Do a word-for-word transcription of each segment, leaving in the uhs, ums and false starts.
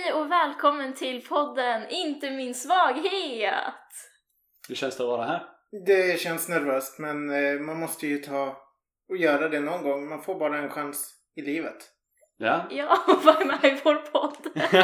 Hej och välkommen till podden Inte min svaghet. Hur känns det att vara här? Det känns nervöst, men eh, man måste ju ta och göra det någon gång. Man får bara en chans i livet. Ja. Ja, var med i vår podd.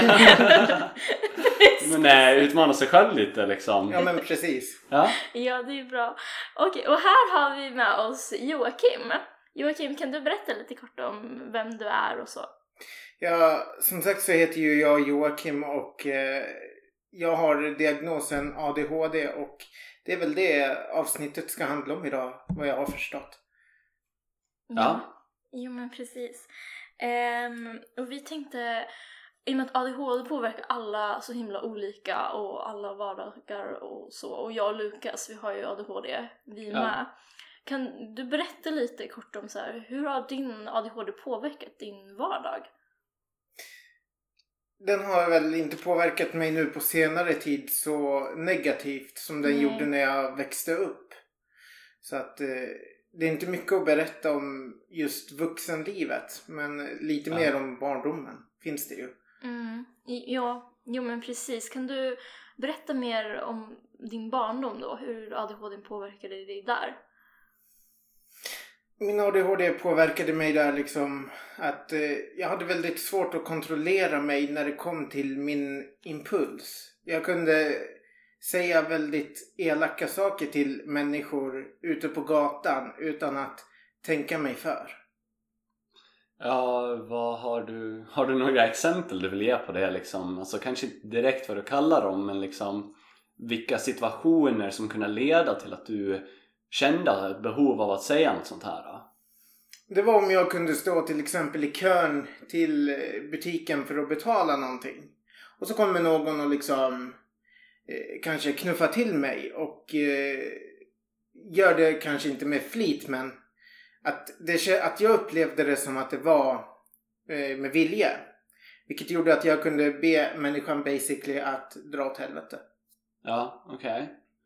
Men nej, utmana sig själv lite liksom. Ja, men precis. Ja, Ja, det är bra. Okej, och här har vi med oss Joakim. Joakim, kan du berätta lite kort om vem du är och så? Ja, som sagt så heter ju jag Joakim och eh, jag har diagnosen A D H D och det är väl det avsnittet ska handla om idag, vad jag har förstått. Ja. Jo, men precis. Um, och vi tänkte, i och med att A D H D påverkar alla så himla olika och alla vardagar och så. Och jag och Lukas, vi har ju A D H D, vi Ja. med. Kan du berätta lite kort om så här, hur har din A D H D påverkat din vardag? Den har väl inte påverkat mig nu på senare tid så negativt som den Nej. gjorde när jag växte upp. Så att eh, det är inte mycket att berätta om just vuxenlivet, men lite Ja. mer om barndomen finns det ju. Mm. Ja, jo men precis. Kan du berätta mer om din barndom då? Hur A D H D påverkade dig där? Min A D H D påverkade mig där liksom att eh, jag hade väldigt svårt att kontrollera mig när det kom till min impuls. Jag kunde säga väldigt elaka saker till människor ute på gatan utan att tänka mig för. Ja, vad har du har du några exempel du vill ge på det liksom? Alltså kanske inte direkt vad du kallar dem, men liksom vilka situationer som kunde leda till att du kände ett behov av att säga något sånt här då? Det var om jag kunde stå till exempel i kön till butiken för att betala någonting. Och så kommer någon och liksom eh, kanske knuffa till mig och eh, gör det kanske inte med flit, men att, det, att jag upplevde det som att det var eh, med vilja. Vilket gjorde att jag kunde be människan basically att dra åt helvete. Ja, okej.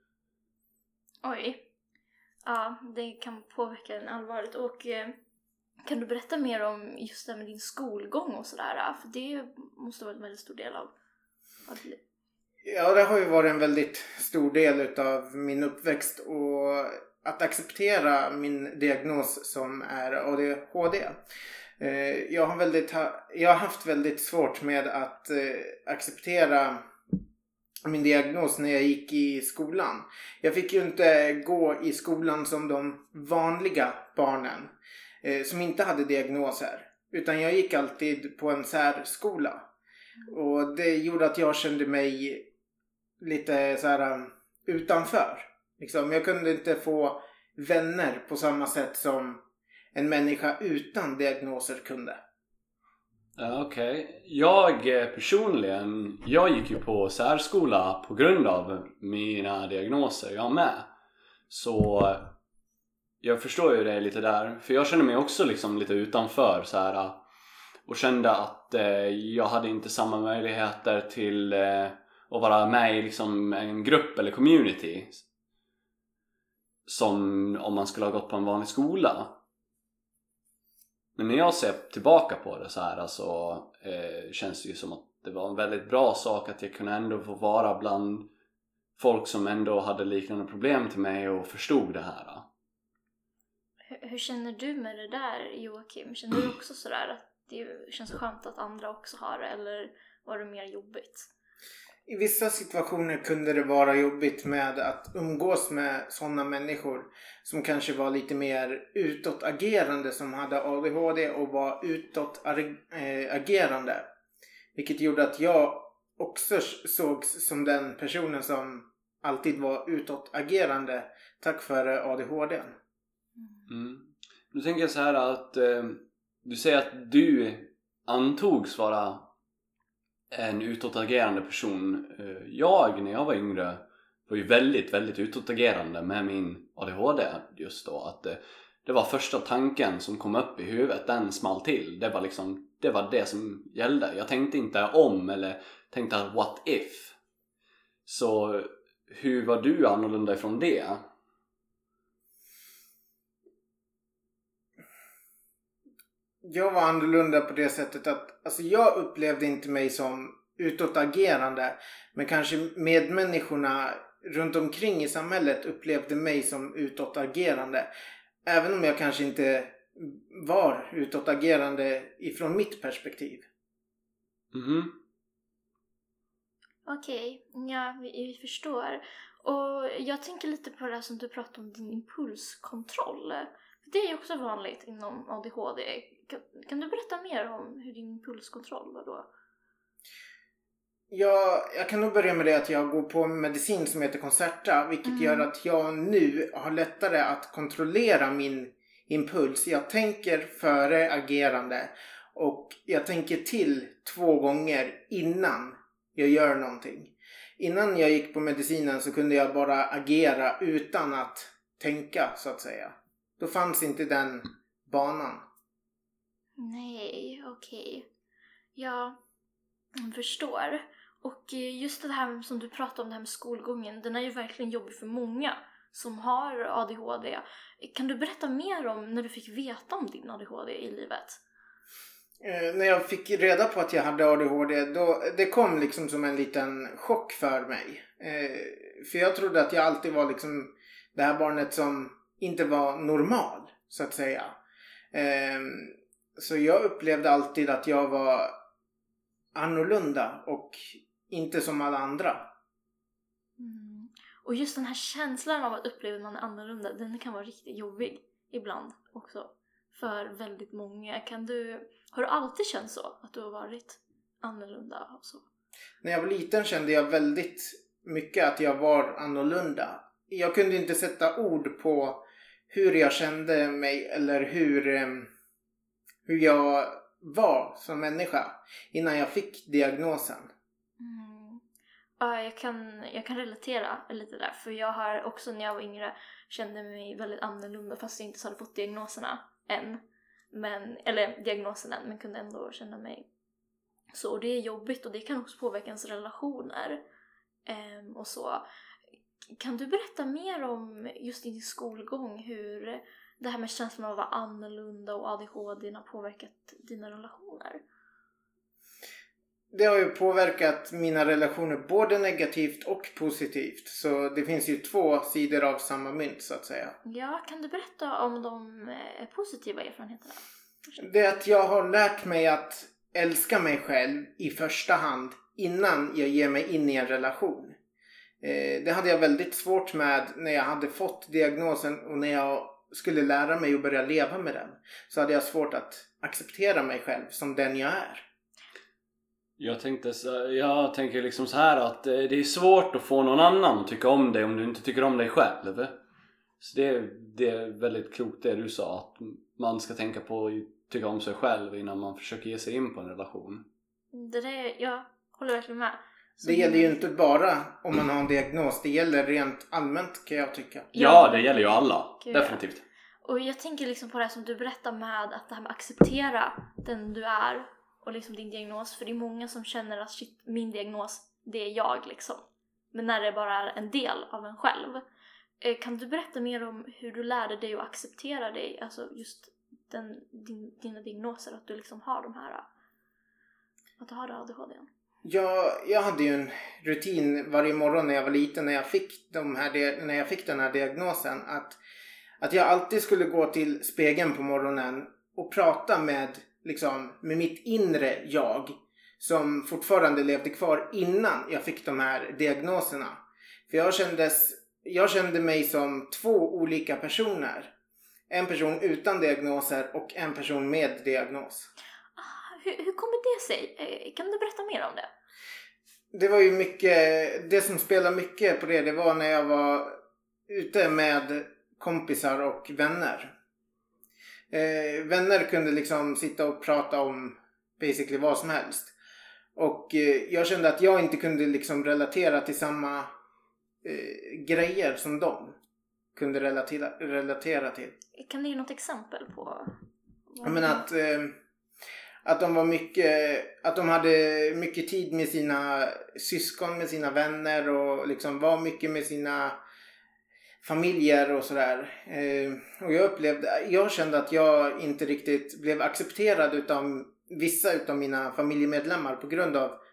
Okay. Oj. Ja, det kan påverka en allvarligt. Och eh, kan du berätta mer om just det med din skolgång och sådär? För det måste vara en väldigt stor del av, av livet. Ja, det har ju varit en väldigt stor del av min uppväxt, och att acceptera min diagnos som är A D H D. Jag har, väldigt, jag har haft väldigt svårt med att acceptera min diagnos när jag gick i skolan. Jag fick ju inte gå i skolan som de vanliga barnen som inte hade diagnoser, utan jag gick alltid på en särskola. Och det gjorde att jag kände mig lite så här utanför. Liksom, jag kunde inte få vänner på samma sätt som en människa utan diagnoser kunde. Ja, okej. Okay. Jag personligen, jag gick ju på särskola på grund av mina diagnoser, jag med. Så jag förstår ju det lite där. För jag kände mig också liksom lite utanför så här. Och kände att eh, jag hade inte samma möjligheter till eh, att vara med i liksom en grupp eller community som om man skulle ha gått på en vanlig skola. Men när jag ser tillbaka på det så här så eh, känns det ju som att det var en väldigt bra sak att jag kunde ändå få vara bland folk som ändå hade liknande problem till mig och förstod det här. Hur, hur känner du med det där, Joakim? Känner du också sådär att det känns skönt att andra också har det, eller var det mer jobbigt? I vissa situationer kunde det vara jobbigt med att umgås med sådana människor som kanske var lite mer utåtagerande, som hade A D H D och var utåtagerande. Vilket gjorde att jag också sågs som den personen som alltid var utåtagerande tack vare A D H D. Mm. Nu tänker jag så här att eh, du säger att du antogs vara en utåtagerande person. Jag, när jag var yngre, var ju väldigt, väldigt utåtagerande med min A D H D just då. Att det, det var första tanken som kom upp i huvudet, den small till. Det var liksom, det var det som gällde. Jag tänkte inte om eller tänkte what if. Så hur var du annorlunda ifrån det? Jag var annorlunda på det sättet att alltså jag upplevde inte mig som utåtagerande. Men kanske medmänniskorna runt omkring i samhället upplevde mig som utåtagerande. Även om jag kanske inte var utåtagerande ifrån mitt perspektiv. Mhm. Okej, ja, vi, vi förstår. Och jag tänker lite på det här som du pratade om, din impulskontroll. Det är ju också vanligt inom A D H D. Kan, kan du berätta mer om hur din impulskontroll var då? Ja, jag kan nog börja med det att jag går på medicin som heter Concerta. Vilket mm. gör att jag nu har lättare att kontrollera min impuls. Jag tänker före agerande. Och jag tänker till två gånger innan jag gör någonting. Innan jag gick på medicinen så kunde jag bara agera utan att tänka, så att säga. Då fanns inte den banan. Nej, okej. Jag förstår. Och just det här som du pratade om, det här med skolgången, den är ju verkligen jobbig för många som har A D H D. Kan du berätta mer om när du fick veta om din A D H D i livet? Eh, när jag fick reda på att jag hade A D H D, då, det kom liksom som en liten chock för mig. Eh, för jag trodde att jag alltid var liksom det här barnet som inte var normal, så att säga. Eh, så jag upplevde alltid att jag var annorlunda och inte som alla andra. Mm. Och just den här känslan av att uppleva att man är annorlunda, den kan vara riktigt jobbig ibland också. För väldigt många. Kan du, har du alltid känt så? Att du har varit annorlunda och så? När jag var liten kände jag väldigt mycket att jag var annorlunda. Jag kunde inte sätta ord på hur jag kände mig eller hur, hur jag var som människa innan jag fick diagnosen. Mm. Ja, jag kan, jag kan relatera lite där. För jag har också när jag var yngre kände mig väldigt annorlunda fast jag inte hade fått diagnoserna än. Men, eller diagnosen än, men kunde ändå känna mig så. Och det är jobbigt och det kan också påverka ens relationer. Ehm, och så. Kan du berätta mer om just din skolgång, hur det här med känslan av att vara annorlunda och A D H D har påverkat dina relationer? Det har ju påverkat mina relationer både negativt och positivt. Så det finns ju två sidor av samma mynt, så att säga. Ja, kan du berätta om de positiva erfarenheterna? Det är att jag har lärt mig att älska mig själv i första hand innan jag ger mig in i en relation. Det hade jag väldigt svårt med när jag hade fått diagnosen och när jag skulle lära mig att börja leva med den. Så hade jag svårt att acceptera mig själv som den jag är. Jag tänkte så, jag tänker liksom så här att det är svårt att få någon annan att tycka om dig om du inte tycker om dig själv. Så det, det är väldigt klokt det du sa, att man ska tänka på att tycka om sig själv innan man försöker ge sig in på en relation. Det där, jag håller verkligen med. Så det gäller ju inte bara om man har en diagnos, det gäller rent allmänt, kan jag tycka. Ja, det gäller ju alla, Gud, definitivt. Och jag tänker liksom på det som du berättar med att det här med att acceptera den du är och liksom din diagnos. För det är många som känner att shit, min diagnos, det är jag liksom. Men när det bara är en del av en själv. Kan du berätta mer om hur du lärde dig att acceptera dig? Alltså just den, din, dina diagnoser, att du liksom har de här, att du har A D H D. Ja, jag hade ju en rutin varje morgon när jag var liten, när jag fick, de här, när jag fick den här diagnosen. Att, att jag alltid skulle gå till spegeln på morgonen och prata med, liksom, med mitt inre jag. Som fortfarande levde kvar innan jag fick de här diagnoserna. För jag, kändes, jag kände mig som två olika personer. En person utan diagnoser och en person med diagnos. Hur, hur kommer det sig? Kan du berätta mer om det? Det var ju mycket, det som spelade mycket på det, det var när jag var ute med kompisar och vänner. Eh, vänner kunde liksom sitta och prata om basically vad som helst. Och eh, jag kände att jag inte kunde liksom relatera till samma eh, grejer som de kunde relatera, relatera till. Kan du ge något exempel på? Jag menar att... Eh, Att de var mycket, att de hade mycket tid med sina syskon, med sina vänner och liksom var mycket med sina familjer och sådär. Eh, och jag upplevde, jag kände att jag inte riktigt blev accepterad utav vissa utav mina familjemedlemmar på grund av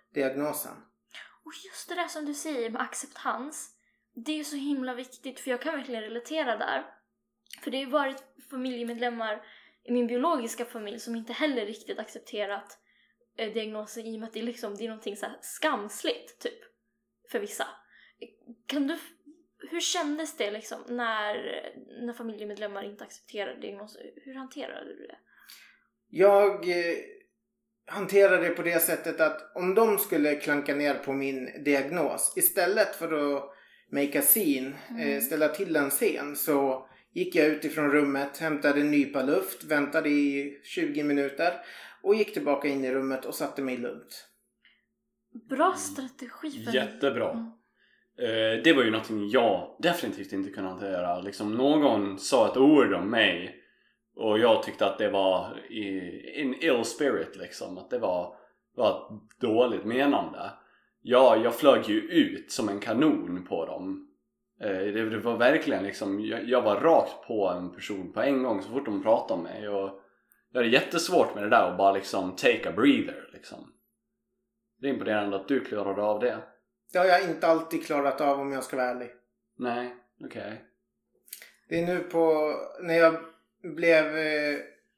diagnosen. Och just det där som du säger med acceptans, det är ju så himla viktigt, för jag kan verkligen relatera där. För det har ju varit familjemedlemmar i min biologiska familj som inte heller riktigt accepterat eh, diagnosen, i och med att det är, liksom, det är någonting så här skamsligt typ för vissa. Kan du, hur kändes det liksom när, när familjemedlemmar inte accepterar diagnosen? Hur hanterar du det? Jag eh, hanterar det på det sättet att om de skulle klanka ner på min diagnos, istället för att make a scene, mm. eh, ställa till en scen, så gick jag ut ifrån rummet, hämtade en nypa luft, väntade i tjugo minuter och gick tillbaka in i rummet och satte mig lugnt. Bra strategi för Jättebra. Mm. Eh, det var ju någonting jag definitivt inte kunde hantera. Liksom, någon sa ett ord om mig och jag tyckte att det var i, in ill spirit liksom, att det var, var dåligt menande. Ja, jag flög ju ut som en kanon på dem. Det, det var verkligen liksom, jag, jag var rakt på en person på en gång så fort de pratade om mig, och jag hade jättesvårt med det där och bara liksom take a breather liksom. Det är imponerande att du klarade av det. Det har jag inte alltid klarat av, om jag ska vara ärlig. Nej, okej. Okay. Det är nu på, när jag blev eh,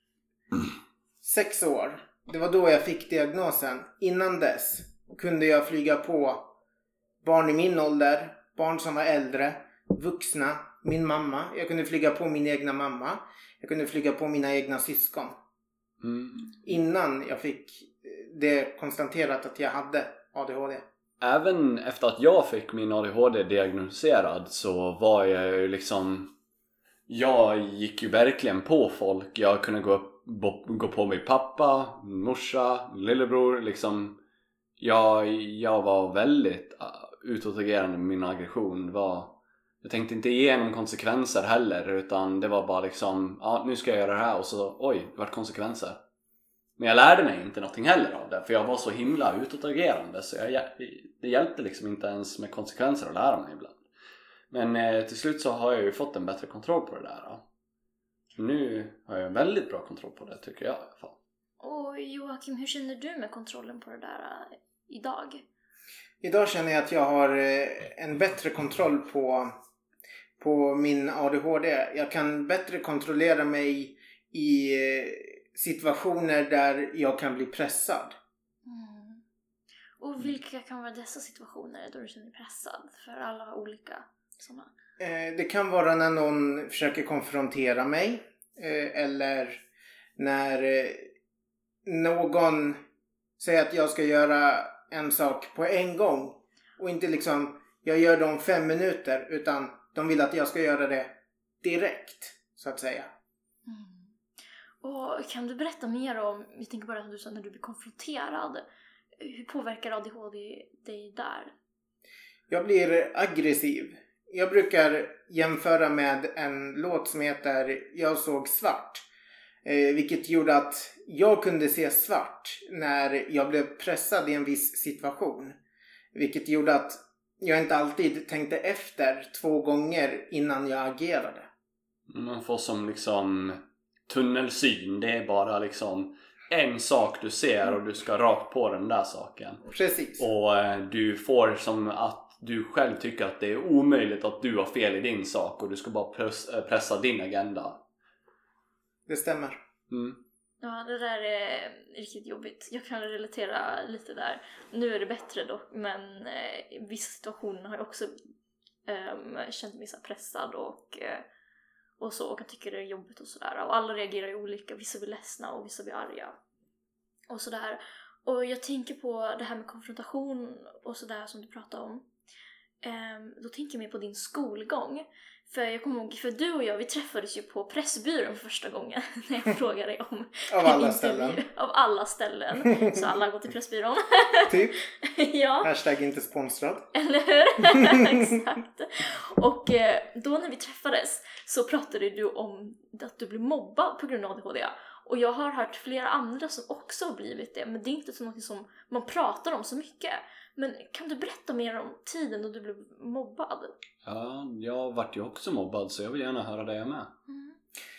sex år, det var då jag fick diagnosen. Innan dess kunde jag flyga på barn i min ålder, barn som var äldre, vuxna, min mamma. Jag kunde flyga på min egna mamma. Jag kunde flyga på mina egna syskon. Mm. Innan jag fick det konstaterat att jag hade A D H D. Även efter att jag fick min A D H D diagnostiserad så var jag ju liksom... Jag gick ju verkligen på folk. Jag kunde gå, upp, gå på min pappa, min morsa, min lillebror. Liksom, jag, jag var väldigt utåtagerande med min aggression. Var, jag tänkte inte igenom konsekvenser heller, utan det var bara liksom, ja, nu ska jag göra det här, och så, oj, det vart konsekvenser. Men jag lärde mig inte någonting heller av det, för jag var så himla utåtagerande, så jag, det hjälpte liksom inte ens med konsekvenser att lära mig ibland. Men eh, till slut så har jag ju fått en bättre kontroll på det där. Då. Nu har jag en väldigt bra kontroll på det, tycker jag i alla fall. Och Joakim, hur känner du med kontrollen på det där uh, idag? Idag känner jag att jag har uh, en bättre kontroll på, på min A D H D. Jag kan bättre kontrollera mig i uh, situationer där jag kan bli pressad. Mm. Och vilka kan vara dessa situationer då du känner dig pressad? För alla har olika sådana. Uh, det kan vara när någon försöker konfrontera mig. Uh, eller när uh, någon säger att jag ska göra en sak på en gång. Och inte liksom, jag gör det om fem minuter. Utan de vill att jag ska göra det direkt, så att säga. Mm. Och kan du berätta mer om, jag tänker bara att du sa när du blir konfronterad. Hur påverkar A D H D dig där? Jag blir aggressiv. Jag brukar jämföra med en låt som heter Jag såg svart. Eh, vilket gjorde att jag kunde se svart när jag blev pressad i en viss situation. Vilket gjorde att jag inte alltid tänkte efter två gånger innan jag agerade. Man får som liksom tunnelsyn. Det är bara liksom en sak du ser och du ska rakt på den där saken. Precis. Och eh, du får som att du själv tycker att det är omöjligt att du har fel i din sak och du ska bara press- pressa din agenda. Det stämmer. Mm. Ja, det där är riktigt jobbigt. Jag kan relatera lite där. Nu är det bättre dock, men eh, i vissa situationer har jag också eh, känt mig så pressad och, eh, och så, och jag tycker det är jobbigt och sådär. Och alla reagerar ju olika. Vissa blir ledsna och vissa blir arga. Och sådär. Och jag tänker på det här med konfrontation och sådär som du pratade om. Eh, då tänker jag mer på din skolgång. För jag kommer ihåg, för du och jag, vi träffades ju på Pressbyrån för första gången när jag frågade dig om av alla ställen. Av alla ställen. Så alla går till Pressbyrån. Typ. Ja. Hashtag inte sponsrad. Eller hur? Exakt. Och då när vi träffades så pratade du om att du blev mobbad på grund av A D H D. Och jag har hört flera andra som också har blivit det. Men det är inte så något som man pratar om så mycket. Men kan du berätta mer om tiden då du blev mobbad? Ja, jag vart ju också mobbad, så jag vill gärna höra det med. Mm.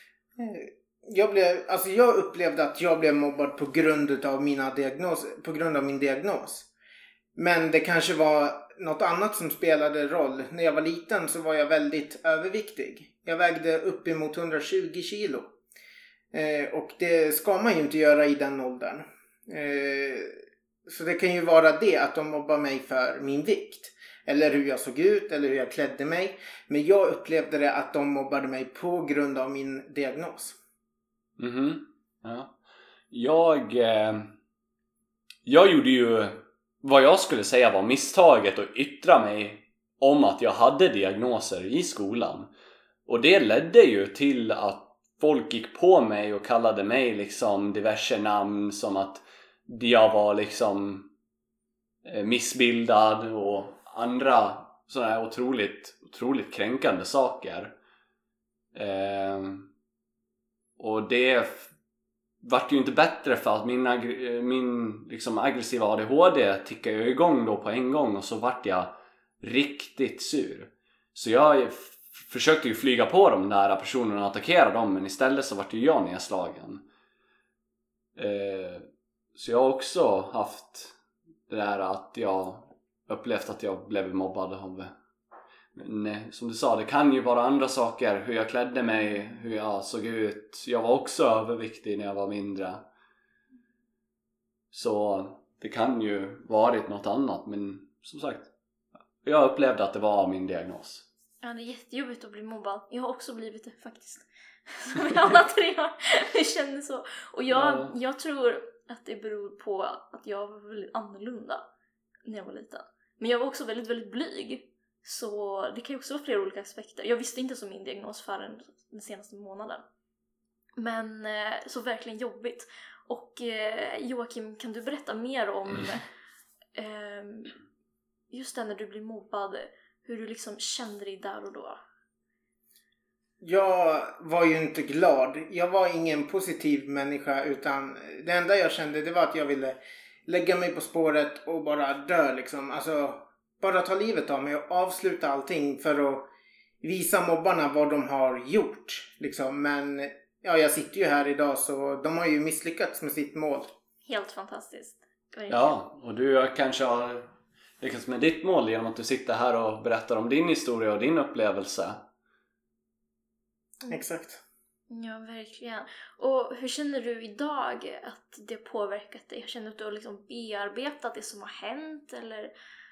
Jag, blev, alltså jag upplevde att jag blev mobbad på grund av, mina diagnos, på grund av min diagnos. Men det kanske var något annat som spelade roll. När jag var liten så var jag väldigt överviktig. Jag vägde uppemot hundratjugo kilo. Eh, och det ska man ju inte göra i den åldern. Eh, så det kan ju vara det att de mobbar mig för min vikt. Eller hur jag såg ut, eller hur jag klädde mig. Men jag upplevde det att de mobbade mig på grund av min diagnos. Mhm. Ja. Jag... Eh, jag gjorde ju vad jag skulle säga var misstaget att yttra mig om att jag hade diagnoser i skolan. Och det ledde ju till att folk gick på mig och kallade mig liksom diverse namn, som att jag var liksom missbildad och andra sådana här otroligt, otroligt kränkande saker. Eh, och det vart ju inte bättre för att min, ag- min liksom aggressiva A D H D tickade ju igång då på en gång, och så vart jag riktigt sur. Så jag f- försökte ju flyga på de där personerna och attackera dem, men istället så vart ju jag nedslagen. Eh, så jag har också haft det där att jag upplevt att jag blev mobbad av... Men som du sa, det kan ju vara andra saker. Hur jag klädde mig, hur jag såg ut. Jag var också överviktig när jag var mindre. Så det kan ju varit något annat. Men som sagt, jag upplevde att det var min diagnos. Ja, det är jättejobbigt att bli mobbad. Jag har också blivit det faktiskt. Som vi alla tre har. Jag känner så. Och jag, Ja. jag tror att det beror på att jag var väldigt annorlunda när jag var liten. Men jag var också väldigt, väldigt blyg. Så det kan ju också vara flera olika aspekter. Jag visste inte så min diagnos förrän den senaste månaden. Men eh, så verkligen jobbigt. Och eh, Joakim, kan du berätta mer om eh, just det när du blir mobbad? Hur du liksom kände dig där och då? Jag var ju inte glad. Jag var ingen positiv människa, utan det enda jag kände, det var att jag ville lägga mig på spåret och bara dö liksom. Alltså bara ta livet av mig och avsluta allting för att visa mobbarna vad de har gjort liksom. Men ja, jag sitter ju här idag, så de har ju misslyckats med sitt mål. Helt fantastiskt. Ja, och du kanske har lyckats med ditt mål genom att du sitter här och berättar om din historia och din upplevelse. Mm. Exakt. Ja, verkligen. Och hur känner du idag att det påverkat dig? Känner du att du har liksom bearbetat det som har hänt, eller?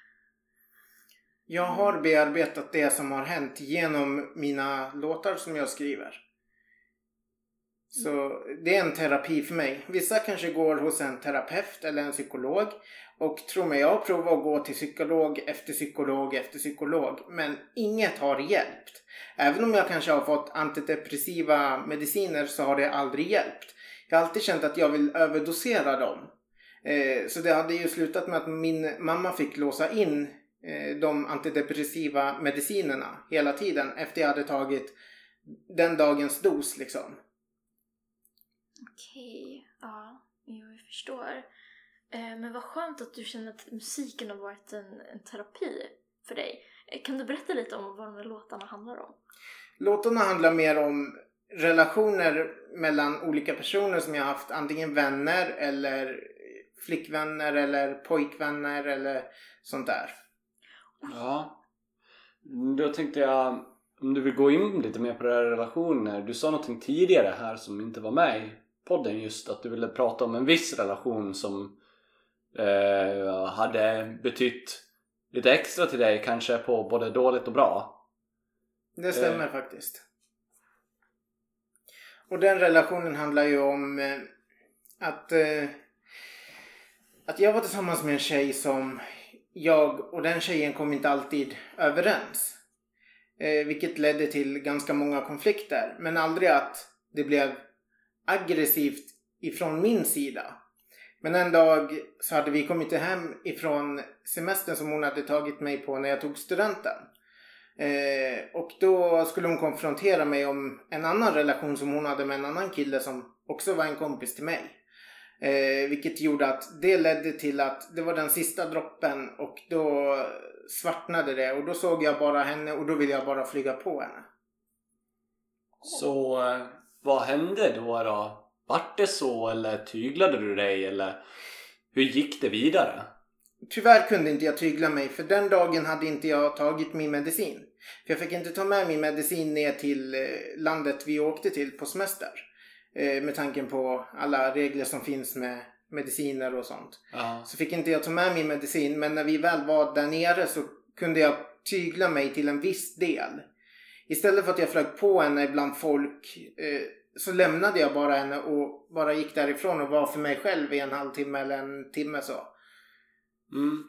Jag har bearbetat det som har hänt genom mina låtar som jag skriver. Så det är en terapi för mig. Vissa kanske går hos en terapeut eller en psykolog. Och tro mig, jag har provat att gå till psykolog efter psykolog efter psykolog. Men inget har hjälpt. Även om jag kanske har fått antidepressiva mediciner, så har det aldrig hjälpt. Jag har alltid känt att jag vill överdosera dem. Eh, så det hade ju slutat med att min mamma fick låsa in eh, de antidepressiva medicinerna hela tiden. Efter jag hade tagit den dagens dos liksom. Okej, ja, jag förstår. Eh, men vad skönt att du känner att musiken har varit en, en terapi för dig. Eh, kan du berätta lite om vad de här låtarna handlar om? Låtarna handlar mer om relationer mellan olika personer som jag har haft. Antingen vänner eller flickvänner eller pojkvänner eller sånt där. Ja, då tänkte jag, om du vill gå in lite mer på det här relationer. Du sa någonting tidigare här som inte var med i podden, just att du ville prata om en viss relation som eh, hade betytt lite extra till dig, kanske på både dåligt och bra. Det stämmer eh. faktiskt. Och den relationen handlar ju om eh, att, eh, att jag var tillsammans med en tjej som jag och den tjejen kom inte alltid överens. Eh, vilket ledde till ganska många konflikter. Men aldrig att det blev aggressivt ifrån min sida. Men en dag så hade vi kommit hem ifrån semestern som hon hade tagit mig på när jag tog studenten. Eh, och då skulle hon konfrontera mig om en annan relation som hon hade med en annan kille som också var en kompis till mig. Eh, vilket gjorde att det ledde till att det var den sista droppen, och då svartnade det. Och då såg jag bara henne och då ville jag bara flyga på henne. Så eh, vad hände då då? Vart det så, eller tyglade du dig, eller hur gick det vidare? tyvärr kunde inte jag tygla mig, för den dagen hade inte jag tagit min medicin. För jag fick inte ta med min medicin ner till eh, landet vi åkte till på semester. Eh, med tanken på alla regler som finns med mediciner och sånt. Ja. Så fick inte jag ta med min medicin, men när vi väl var där nere så kunde jag tygla mig till en viss del. Istället för att jag flög på henne bland folk eh, så lämnade jag bara henne och bara gick därifrån och var för mig själv i en halvtimme eller en timme så. Mm.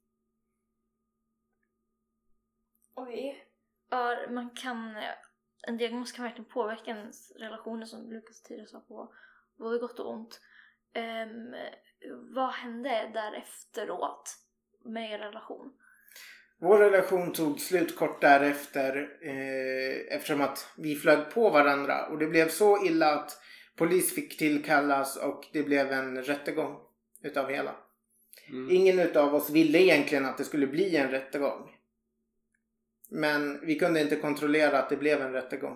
Oj. Ja, man kan... En diagnos kan verkligen påverka ens relationer, som Lukas tidigare sa, på både gott och ont. Um, vad hände därefteråt med er relation? Vår relation tog slut kort därefter eh, eftersom att vi flög på varandra. Och det blev så illa att polis fick tillkallas och det blev en rättegång utav hela. Mm. Ingen utav oss ville egentligen att det skulle bli en rättegång. Men vi kunde inte kontrollera att det blev en rättegång.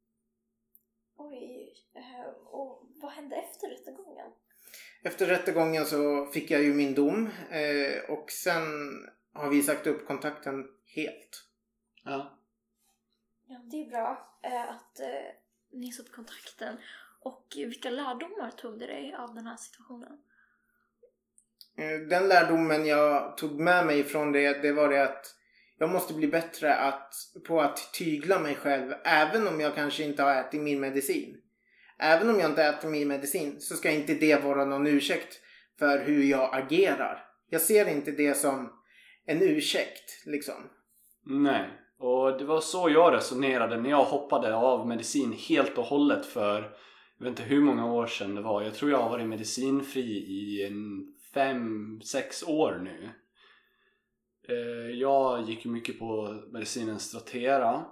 Oj, och vad hände efter rättegången? Efter rättegången så fick jag ju min dom eh, och sen har vi sagt upp kontakten helt. Ja. Ja, det är bra eh, att eh, ni sa upp kontakten. Och vilka lärdomar tog det dig av den här situationen? Eh, den lärdomen jag tog med mig från det, det var det att jag måste bli bättre att, på att tygla mig själv, även om jag kanske inte har ätit min medicin. Även om jag inte äter min medicin så ska inte det vara någon ursäkt för hur jag agerar. Jag ser inte det som en ursäkt, liksom. Nej, och det var så jag resonerade när jag hoppade av medicin helt och hållet för, jag vet inte hur många år sedan det var. Jag tror jag har varit medicinfri i en fem, sex år nu. Jag gick ju mycket på medicinen Strattera.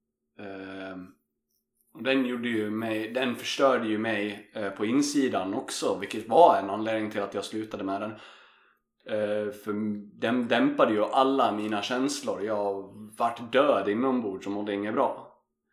Och den gjorde ju mig, den förstörde ju mig på insidan också, vilket var en anledning till att jag slutade med den. För den dämpade ju alla mina känslor. Jag vart död inombords och mådde inget bra.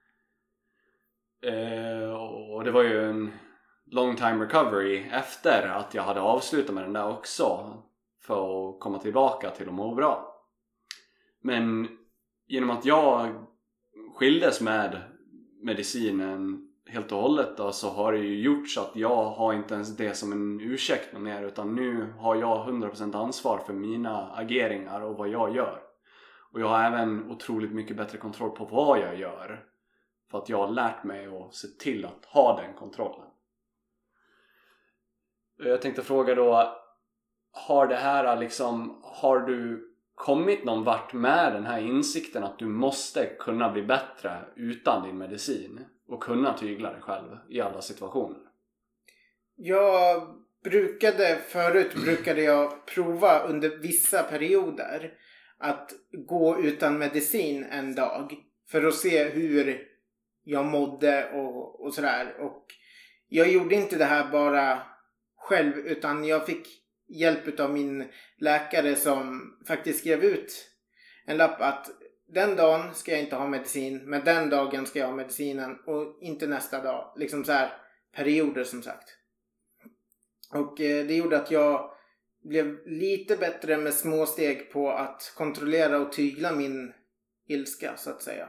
Och det var ju en long time recovery efter att jag hade avslutat med den där också, för att komma tillbaka till att må bra. Men genom att jag skildes med medicinen helt och hållet då, så har det ju gjort så att jag har inte ens det som en ursäkt mer, utan nu har jag hundra procent ansvar för mina ageringar och vad jag gör. Och jag har även otroligt mycket bättre kontroll på vad jag gör, för att jag har lärt mig att se till att ha den kontrollen. Jag tänkte fråga då, har det här liksom, har du kommit någon vart med den här insikten att du måste kunna bli bättre utan din medicin och kunna tygla dig själv i alla situationer? Jag brukade, förut brukade jag prova under vissa perioder att gå utan medicin en dag för att se hur jag mådde och, och sådär. Och jag gjorde inte det här bara själv, utan jag fick hjälp av min läkare som faktiskt skrev ut en lapp att den dagen ska jag inte ha medicin, men den dagen ska jag ha medicinen och inte nästa dag. Liksom så här perioder, som sagt. Och eh, det gjorde att jag blev lite bättre med små steg på att kontrollera och tygla min ilska, så att säga.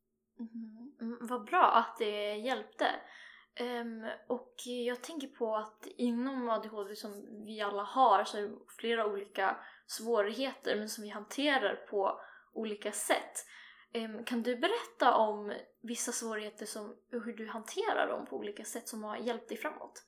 Mm, vad bra att det hjälpte. Um, och jag tänker på att inom A D H D som vi alla har så är det flera olika svårigheter, men som vi hanterar på olika sätt. Um, kan du berätta om vissa svårigheter som, hur du hanterar dem på olika sätt som har hjälpt dig framåt?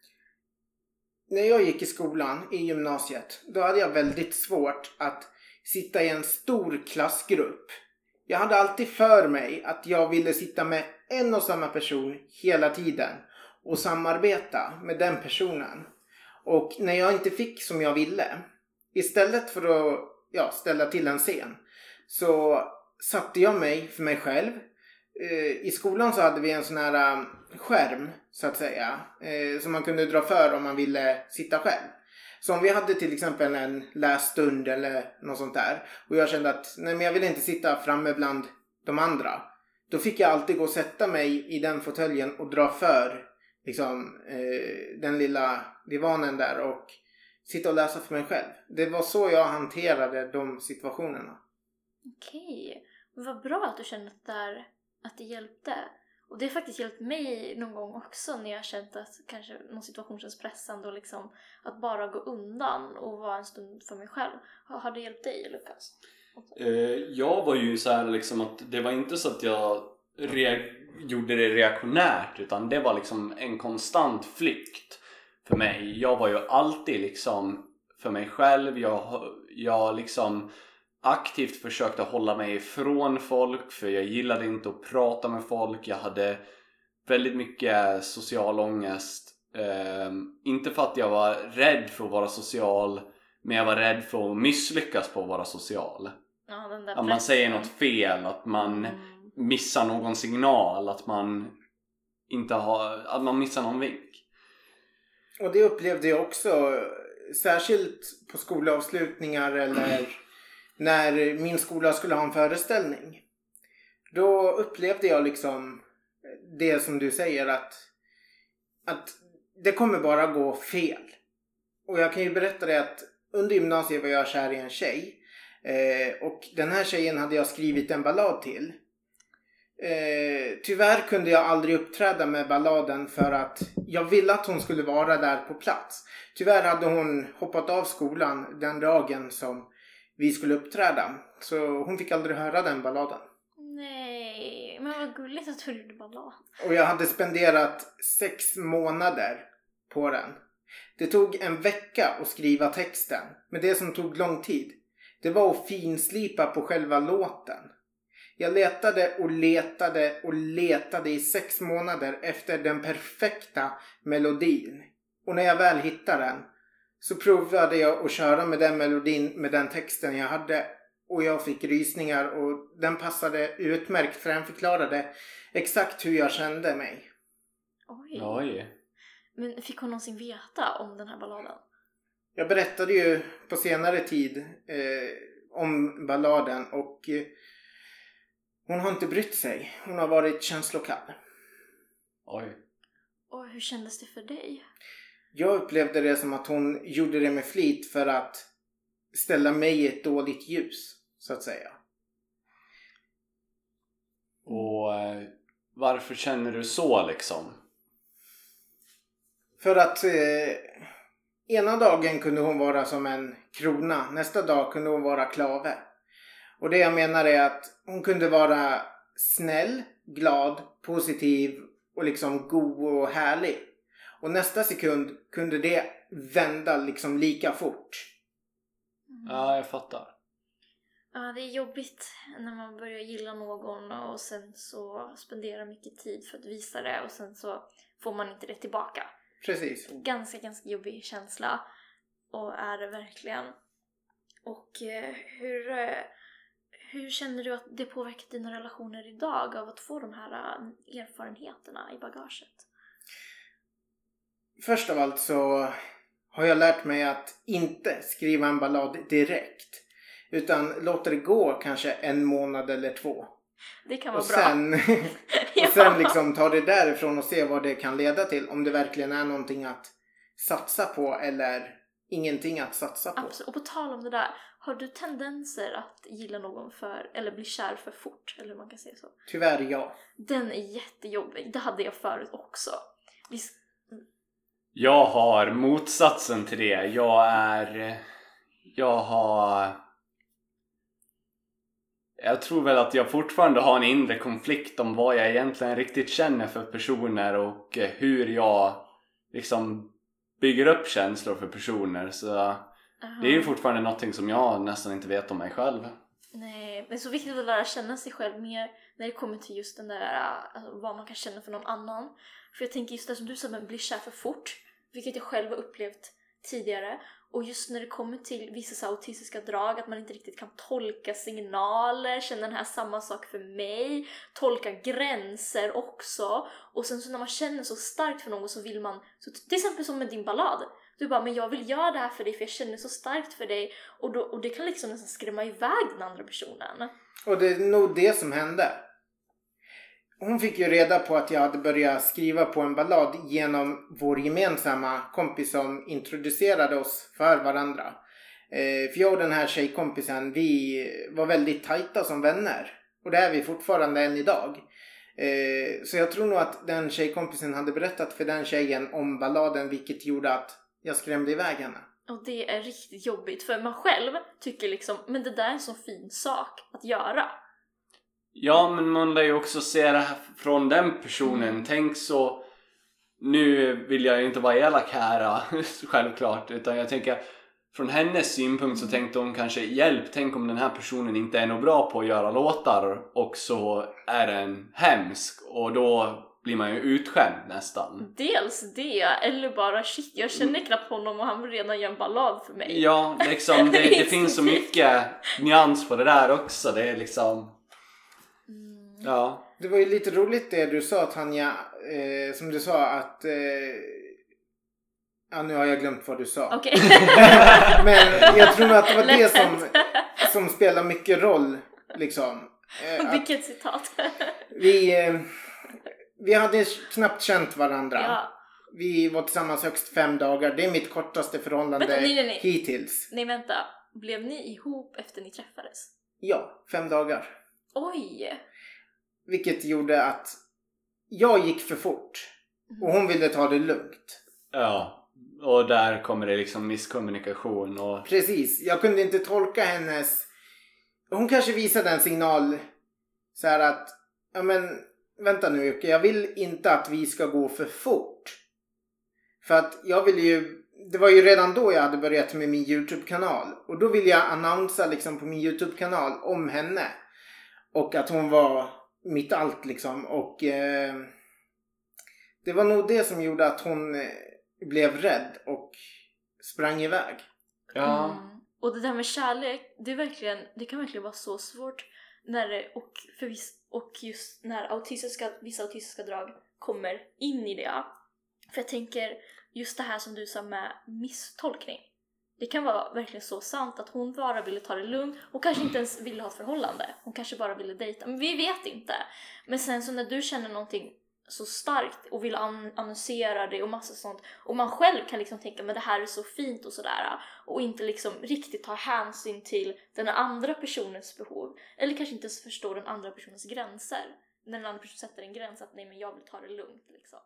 När jag gick i skolan i gymnasiet, då hade jag väldigt svårt att sitta i en stor klassgrupp. Jag hade alltid för mig att jag ville sitta med en och samma person hela tiden och samarbeta med den personen. Och när jag inte fick som jag ville, istället för att ja, ställa till en scen, så satte jag mig för mig själv. I skolan så hade vi en sån här skärm, så att säga, som man kunde dra för om man ville sitta själv. Så om vi hade till exempel en lässtund eller något sånt där, och jag kände att nej, men jag vill inte sitta framme bland de andra, då fick jag alltid gå och sätta mig i den fåtöljen och dra för liksom, eh, den lilla divanen där och sitta och läsa för mig själv. Det var så jag hanterade de situationerna. Okej, men vad bra att du kände att det, där, att det hjälpte. Och det har faktiskt hjälpt mig någon gång också när jag har känt att kanske någon situation känns pressande och liksom att bara gå undan och vara en stund för mig själv. Har, har det hjälpt dig, Lukas? Eh, jag var ju så här liksom att det var inte så att jag re- gjorde det reaktionärt, utan det var liksom en konstant flykt för mig. Jag var ju alltid liksom för mig själv. Jag, jag liksom aktivt försökte hålla mig ifrån folk, för jag gillade inte att prata med folk. Jag hade väldigt mycket social ångest. Eh, inte för att jag var rädd för att vara social, men jag var rädd för att misslyckas på att vara social. Ja, den där att man säger något fel, att man mm. missar någon signal, att man inte har, att man missar någon vink. Och det upplevde jag också, särskilt på skolavslutningar eller när min skola skulle ha en föreställning. Då upplevde jag liksom det som du säger, att, att det kommer bara gå fel. Och jag kan ju berätta det att under gymnasiet var jag kär i en tjej. Eh, och den här tjejen hade jag skrivit en ballad till. Eh, tyvärr kunde jag aldrig uppträda med balladen för att jag ville att hon skulle vara där på plats. Tyvärr hade hon hoppat av skolan den dagen som vi skulle uppträda. Så hon fick aldrig höra den balladen. Nej, men vad gulligt att du gjorde ballad. Och jag hade spenderat sex månader på den. Det tog en vecka att skriva texten. Men det som tog lång tid, det var att finslipa på själva låten. Jag letade och letade och letade i sex månader efter den perfekta melodin. Och när jag väl hittade den så provade jag att köra med den melodin med den texten jag hade. Och jag fick rysningar och den passade utmärkt, för den förklarade exakt hur jag kände mig. Oj. Oj. Men fick hon någonsin veta om den här balladen? Jag berättade ju på senare tid eh, om balladen och eh, hon har inte brytt sig. Hon har varit känslokall. Oj. Och hur kändes det för dig? Jag upplevde det som att hon gjorde det med flit för att ställa mig i ett dåligt ljus, så att säga. Och eh, varför känner du så liksom? För att eh, ena dagen kunde hon vara som en krona. Nästa dag kunde hon vara klave. Och det jag menar är att hon kunde vara snäll, glad, positiv och liksom god och härlig. Och nästa sekund kunde det vända liksom lika fort. Mm. Ja, jag fattar. Ja, det är jobbigt när man börjar gilla någon och sen så spenderar mycket tid för att visa det och sen så får man inte det tillbaka. Precis. Ganska, ganska jobbig känsla, och är det verkligen. Och eh, hur, eh, hur känner du att det påverkar dina relationer idag av att få de här eh, erfarenheterna i bagaget? Först av allt så har jag lärt mig att inte skriva en ballad direkt. Utan låta det gå kanske en månad eller två. Det kan vara och bra. Sen, och sen liksom ta det därifrån och se vad det kan leda till. Om det verkligen är någonting att satsa på eller ingenting att satsa på. Absolut. Och på tal om det där, har du tendenser att gilla någon för, eller bli kär för fort, eller hur man kan säga så? Tyvärr ja. Den är jättejobbig. Det hade jag förut också. Vi... Jag har motsatsen till det. Jag är... Jag har... Jag tror väl att jag fortfarande har en inre konflikt om vad jag egentligen riktigt känner för personer och hur jag liksom bygger upp känslor för personer. Så uh-huh. Det är ju fortfarande någonting som jag nästan inte vet om mig själv. Nej, det är så viktigt att lära känna sig själv mer när det kommer till just den där, alltså, vad man kan känna för någon annan. För jag tänker just det som du sa, men blir kär för fort, vilket jag själv har upplevt tidigare. Och just när det kommer till vissa autistiska drag, att man inte riktigt kan tolka signaler, känna den här samma sak för mig, tolka gränser också. Och sen så när man känner så starkt för någon så vill man, så till exempel som med din ballad, du bara, men jag vill göra det här för dig för jag känner så starkt för dig. Och, då, och det kan liksom nästan skrämma iväg den andra personen. Och det är nog det som hände. hon fick ju reda på att jag hade börjat skriva på en ballad genom vår gemensamma kompis som introducerade oss för varandra. Eh, för jag och den här tjejkompisen, vi var väldigt tajta som vänner. Och det är vi fortfarande än idag. Eh, så jag tror nog att den tjejkompisen hade berättat för den tjejen om balladen, vilket gjorde att jag skrämde iväg henne. Och det är riktigt jobbigt, för man själv tycker liksom, men det där är en så fin sak att göra. Ja, men man lär ju också se det här från den personen. Mm. Tänk så, nu vill jag ju inte vara elak här, självklart, utan jag tänker från hennes synpunkt så tänkte hon kanske, hjälp, tänk om den här personen inte är nog bra på att göra låtar och så är den hemsk och då blir man ju utskämd nästan. Dels det, eller bara shit, jag känner knappt honom och han vill redan göra en ballad för mig. Ja, liksom, det, det finns så mycket nyans på det där också, det är liksom... Mm. Ja. Det var ju lite roligt det du sa, Tanja, eh, som du sa att eh, ja, nu har jag glömt vad du sa. Okej. Men jag tror att det var det som, som spelar mycket roll liksom. Eh, Vilket citat. vi, eh, vi hade knappt känt varandra. Ja. Vi var tillsammans högst fem dagar. Det är mitt kortaste förhållande Vänta, nej, nej, nej. hittills. Nej, vänta. Blev ni ihop efter ni träffades? Ja, fem dagar. Oj! Vilket gjorde att jag gick för fort. Och hon ville ta det lugnt. Ja, och där kommer det liksom misskommunikation och... Precis, jag kunde inte tolka hennes... Hon kanske visade en signal så här att, ja men vänta nu Jocke, jag vill inte att vi ska gå för fort. För att jag ville ju, det var ju redan då jag hade börjat med min YouTube-kanal. Och då ville jag annonsa liksom på min YouTube-kanal om henne. Och att hon var mitt allt liksom. Och eh, det var nog det som gjorde att hon eh, blev rädd och sprang iväg. Ja. Mm. Och det där med kärlek, det är verkligen, det kan verkligen vara så svårt när det, och, för viss, och just när autistiska, vissa autistiska drag kommer in i det. För jag tänker, just det här som du sa med misstolkning. Det kan vara verkligen så sant att hon bara ville ta det lugnt och kanske inte ens ville ha ett förhållande. Hon kanske bara ville dejta, men vi vet inte. Men sen så när du känner någonting så starkt och vill an- annonsera det och massa sånt, och man själv kan liksom tänka, men det här är så fint och sådär, och inte liksom riktigt ta hänsyn till den andra personens behov, eller kanske inte ens förstå den andra personens gränser. När den andra personen sätter en gräns att nej, men jag vill ta det lugnt liksom.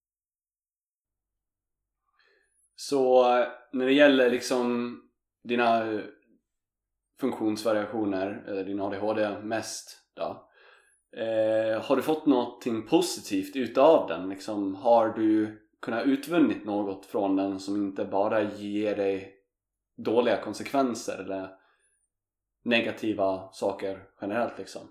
Så när det gäller liksom dina funktionsvariationer eller din A D H D mest då, eh, har du fått någonting positivt utav den? Liksom, har du kunnat utvunnit något från den som inte bara ger dig dåliga konsekvenser eller negativa saker generellt liksom?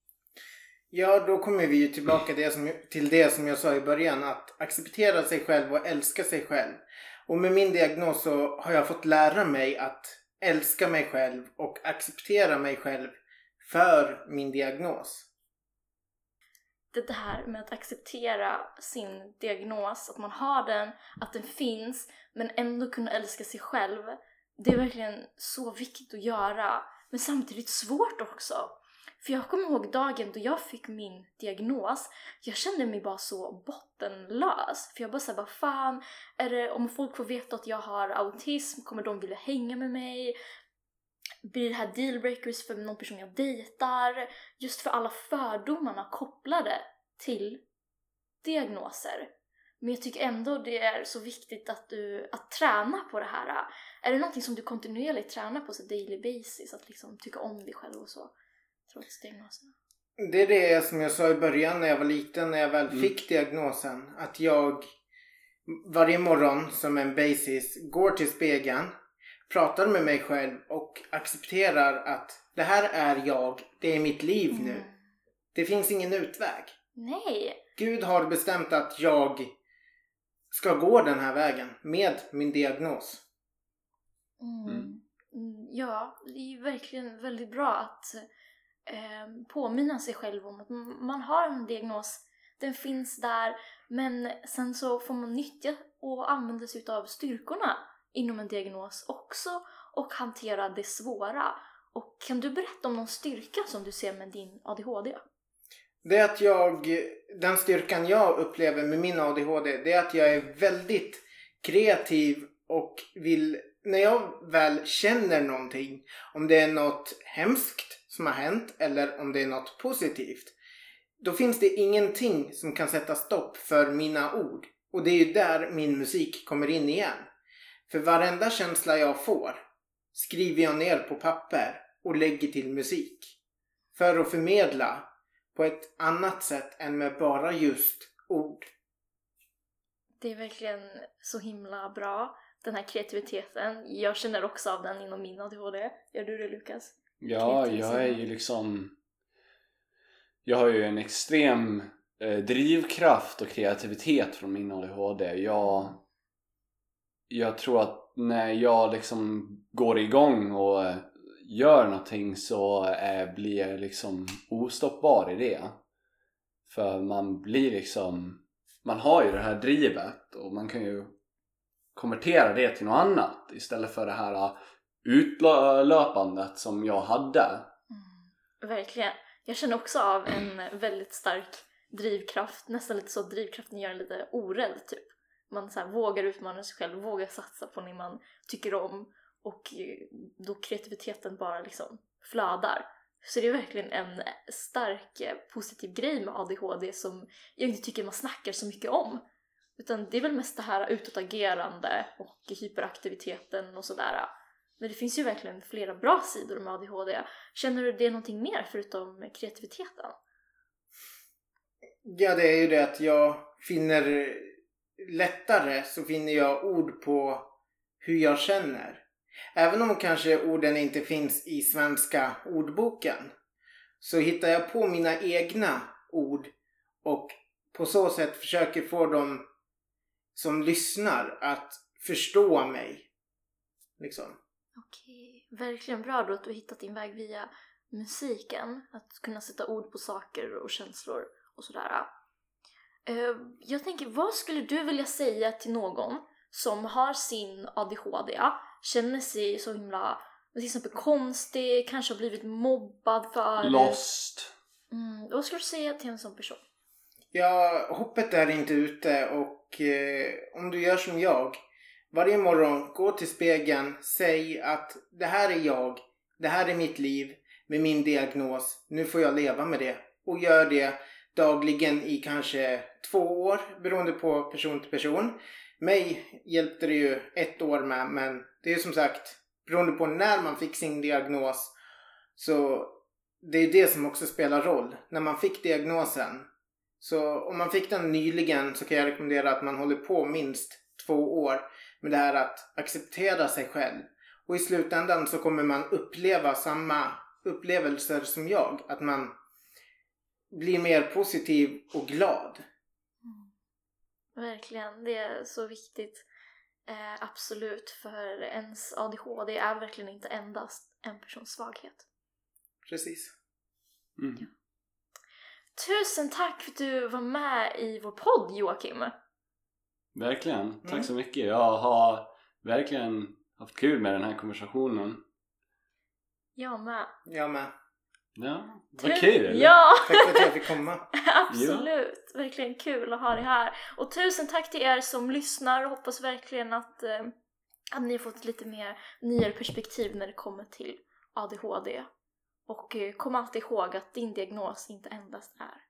Ja, då kommer vi ju tillbaka det som, till det som jag sa i början, att acceptera sig själv och älska sig själv. Och med min diagnos så har jag fått lära mig att älska mig själv och acceptera mig själv för min diagnos. Det här med att acceptera sin diagnos, att man har den, att den finns, men ändå kunna älska sig själv. Det är verkligen så viktigt att göra, men samtidigt svårt också. För jag kommer ihåg dagen då jag fick min diagnos. Jag kände mig bara så bottenlös. För jag bara såhär, vad fan är det, om folk får veta att jag har autism, kommer de vilja hänga med mig? Blir det här dealbreakers för någon person jag dejtar? Just för alla fördomarna kopplade till diagnoser. Men jag tycker ändå det är så viktigt att du att träna på det här. Är det någonting som du kontinuerligt tränar på så daily basis? Att liksom tycka om dig själv och så? Trots diagnosen. Det är det som jag sa i början när jag var liten, när jag väl Mm. fick diagnosen. Att jag varje morgon som en basis går till spegeln, pratar med mig själv och accepterar att det här är jag, det är mitt liv nu. Mm. Det finns ingen utväg. Nej. Gud har bestämt att jag ska gå den här vägen med min diagnos. Mm. Mm. Mm, ja, det är ju verkligen väldigt bra att eh, påminna sig själv om att man har en diagnos. Den finns där, men sen så får man nyttja och använda sig av styrkorna inom en diagnos också och hantera det svåra. Och kan du berätta om någon styrka som du ser med din A D H D? Det är att jag, den styrkan jag upplever med min A D H D, det är att jag är väldigt kreativ och vill, när jag väl känner någonting, om det är något hemskt som har hänt eller om det är något positivt, då finns det ingenting som kan sätta stopp för mina ord. Och det är ju där min musik kommer in igen. För varenda känsla jag får skriver jag ner på papper och lägger till musik. För att förmedla på ett annat sätt än med bara just ord. Det är verkligen så himla bra, den här kreativiteten. Jag känner också av den inom min A D H D. Gör du det, Lukas? Ja, jag är ju liksom... Jag har ju en extrem eh, drivkraft och kreativitet från min A D H D. Jag, jag tror att när jag liksom går igång och eh, gör någonting så eh, blir jag liksom ostoppbar i det. För man blir liksom... Man har ju det här drivet och man kan ju konvertera det till något annat istället för det här utlöpandet som jag hade. Mm, verkligen. Jag känner också av en väldigt stark drivkraft, nästan lite så att drivkraften gör en lite orädd typ. Man så här vågar utmana sig själv, vågar satsa på det man tycker om och då kreativiteten bara liksom flödar. Så det är verkligen en stark positiv grej med A D H D som jag inte tycker man snackar så mycket om. Utan det är väl mest det här utåtagerande och hyperaktiviteten och sådär. Men det finns ju verkligen flera bra sidor med A D H D. Känner du det någonting mer förutom kreativiteten? Ja, det är ju det att jag finner lättare så finner jag ord på hur jag känner. Även om kanske orden inte finns i svenska ordboken så hittar jag på mina egna ord och på så sätt försöker få dem som lyssnar att förstå mig. Liksom. Okej, verkligen bra då att du har hittat din väg via musiken. Att kunna sätta ord på saker och känslor och sådär. Uh, jag tänker, vad skulle du vilja säga till någon som har sin A D H D, känner sig så himla till exempel konstig, kanske har blivit mobbad för... Lost. Mm, vad skulle du säga till en sån person? Ja, hoppet är inte ute och eh, om du gör som jag, varje morgon gå till spegeln, säg att det här är jag, det här är mitt liv med min diagnos, nu får jag leva med det. Och gör det dagligen i kanske två år, beroende på person till person. Mig hjälpte det ju ett år med, men det är ju som sagt beroende på när man fick sin diagnos. Så det är det som också spelar roll. När man fick diagnosen, så om man fick den nyligen så kan jag rekommendera att man håller på minst två år med det här att acceptera sig själv. Och i slutändan så kommer man uppleva samma upplevelser som jag. Att man blir mer positiv och glad. Mm. Verkligen, det är så viktigt. Eh, absolut, för ens A D H D är verkligen inte endast en persons svaghet. Precis. Mm. Ja. Tusen tack för att du var med i vår podd, Joakim. Verkligen, tack Mm. så mycket. Jag har verkligen haft kul med den här konversationen. Jag med. Jag med. Ja, vad kul, eller? Ja! Tack för att jag fick komma. Absolut, ja. Verkligen kul att ha dig här. Och tusen tack till er som lyssnar. Hoppas verkligen att, eh, att ni har fått lite mer nyare perspektiv när det kommer till A D H D. Och eh, kom alltid ihåg att din diagnos inte endast är